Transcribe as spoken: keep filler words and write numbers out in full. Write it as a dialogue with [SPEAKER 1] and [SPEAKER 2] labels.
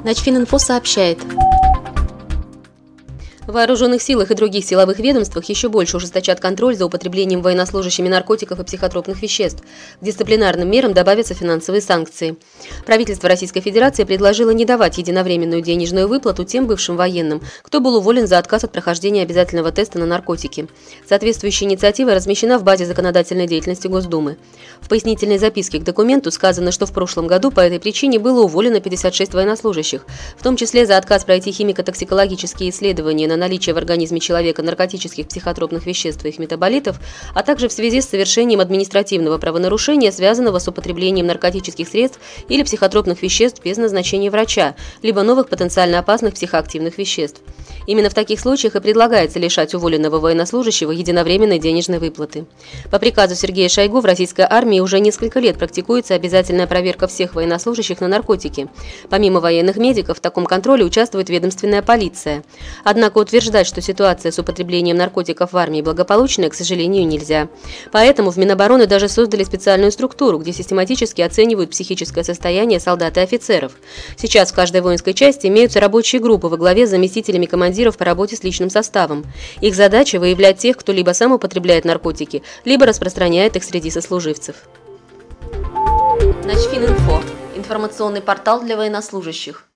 [SPEAKER 1] Начфининфо сообщает. В вооруженных силах и других силовых ведомствах еще больше ужесточат контроль за употреблением военнослужащими наркотиков и психотропных веществ. К дисциплинарным мерам добавятся финансовые санкции. Правительство Российской Федерации предложило не давать единовременную денежную выплату тем бывшим военным, кто был уволен за отказ от прохождения обязательного теста на наркотики. Соответствующая инициатива размещена в базе законодательной деятельности Госдумы. В пояснительной записке к документу сказано, что в прошлом году по этой причине было уволено пятьдесят шесть военнослужащих, в том числе за отказ пройти химико-токсикологические исследования на наличие в организме человека наркотических психотропных веществ и их метаболитов, а также в связи с совершением административного правонарушения, связанного с употреблением наркотических средств или психотропных веществ без назначения врача, либо новых потенциально опасных психоактивных веществ. Именно в таких случаях и предлагается лишать уволенного военнослужащего единовременной денежной выплаты. По приказу Сергея Шойгу в российской армии уже несколько лет практикуется обязательная проверка всех военнослужащих на наркотики. Помимо военных медиков, в таком контроле участвует ведомственная полиция. Однако утверждать, что ситуация с употреблением наркотиков в армии благополучная, к сожалению, нельзя. Поэтому в Минобороны даже создали специальную структуру, где систематически оценивают психическое состояние солдат и офицеров. Сейчас в каждой воинской части имеются рабочие группы во главе с заместителями командиров по работе с личным составом. Их задача – выявлять тех, кто либо сам употребляет наркотики, либо распространяет их среди сослуживцев. Начфининфо – информационный портал для военнослужащих.